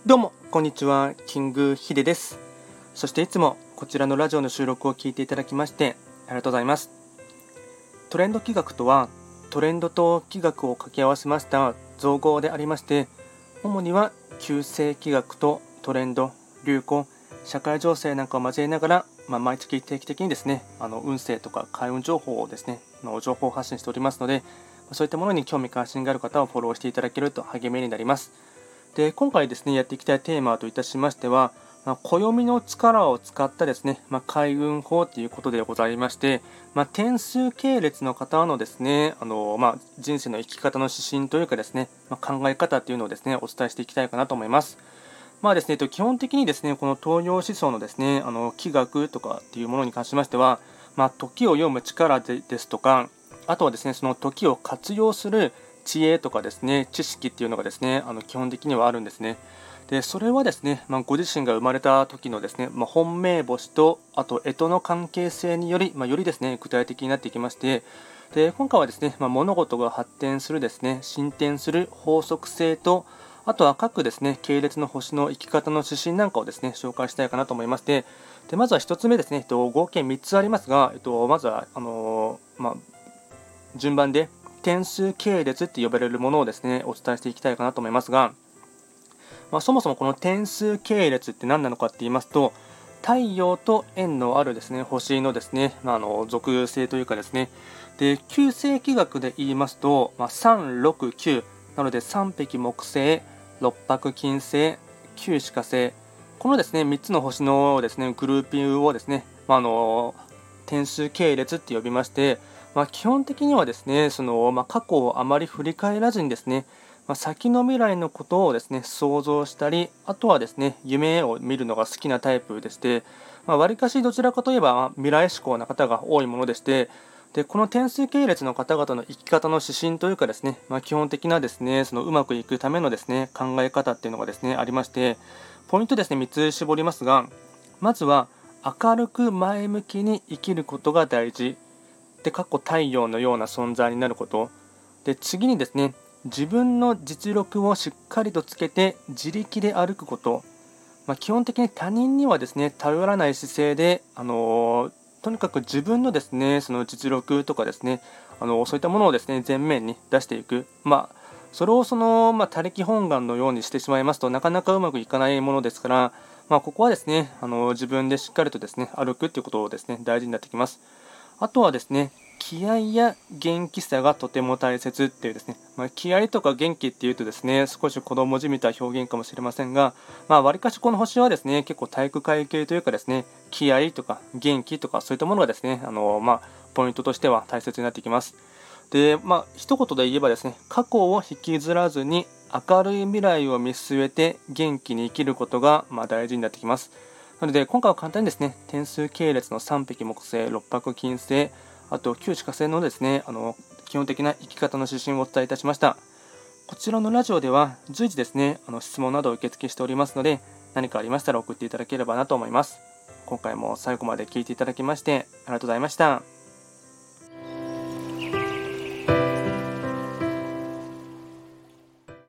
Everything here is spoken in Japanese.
どうもこんにちは、キングヒデです。そしていつもこちらのラジオの収録を聞いていただきましてありがとうございます。トレンド企画とは、トレンドと企画を掛け合わせました造語でありまして、主には旧世企画とトレンド、流行、社会情勢なんかを交えながら、毎月定期的にですね、運勢とか開運情報をですね、情報発信しておりますので、そういったものに興味関心がある方はフォローしていただけると励みになります。で、今回ですね、やっていきたいテーマといたしましては、暦の力を使ったですね、開運法ということでございまして、天数系列の方のですね、人生の生き方の指針というかですね、考え方というのをですね、お伝えしていきたいかなと思います。ですね、基本的にですね、この東洋思想のですね、気学とかっていうものに関しましては、時を読む力ですとか、あとはですね、その時を活用する知恵とかですね、知識っていうのがですね、基本的にはあるんですね。で、それはですね、ご自身が生まれた時のですね、本命星と、あと、干支の関係性により、よりですね、具体的になっていきまして、で、今回はですね、物事が発展するですね、進展する法則性と、あとは各ですね、系列の星の生き方の指針なんかをですね、紹介したいかなと思いまして、で、まずは1つ目ですね、合計3つありますが、まずは、順番で点数系列って呼ばれるものをですね、お伝えしていきたいかなと思いますが、そもそもこの点数系列って何なのかって言いますと、太陽と縁のあるですね、星のですね、属性というかですね、で、九星気学で言いますと、3、6、9、なので3匹木星、6泊金星、9歯火星、このですね、3つの星のですね、グルーピングをですね、点数系列って呼びまして、基本的にはですね、過去をあまり振り返らずにですね、先の未来のことをですね、想像したり、あとはですね、夢を見るのが好きなタイプでして、わりかしどちらかといえば、未来志向な方が多いものでして、で、この点数系列の方々の生き方の指針というかですね、基本的なですね、そのうまくいくためのですね、考え方っていうのがですね、ありまして、ポイントですね、3つ絞りますが、まずは、明るく前向きに生きることが大事。で、太陽のような存在になること。で、次にですね、自分の実力をしっかりとつけて自力で歩くこと。基本的に他人にはですね、頼らない姿勢で、とにかく自分のですね、その実力とかですね、そういったものをですね、前面に出していく。それを他力本願のようにしてしまいますとなかなかうまくいかないものですから、ここはですね、自分でしっかりとですね、歩くっていうことをですね、大事になってきます。あとはですね、気合や元気さがとても大切っていうですね、気合とか元気っていうとですね、少し子供じみた表現かもしれませんが、わりかしこの星はですね、結構体育会系というかですね、気合とか元気とかそういったものがですね、ポイントとしては大切になってきます。で、一言で言えばですね、過去を引きずらずに明るい未来を見据えて元気に生きることが大事になってきます。なので、今回は簡単にですね、点数系列の3匹木星、6泊金星、あと9歯火星のですね、基本的な生き方の指針をお伝えいたしました。こちらのラジオでは随時ですね、質問などを受付しておりますので、何かありましたら送っていただければなと思います。今回も最後まで聞いていただきましてありがとうございました。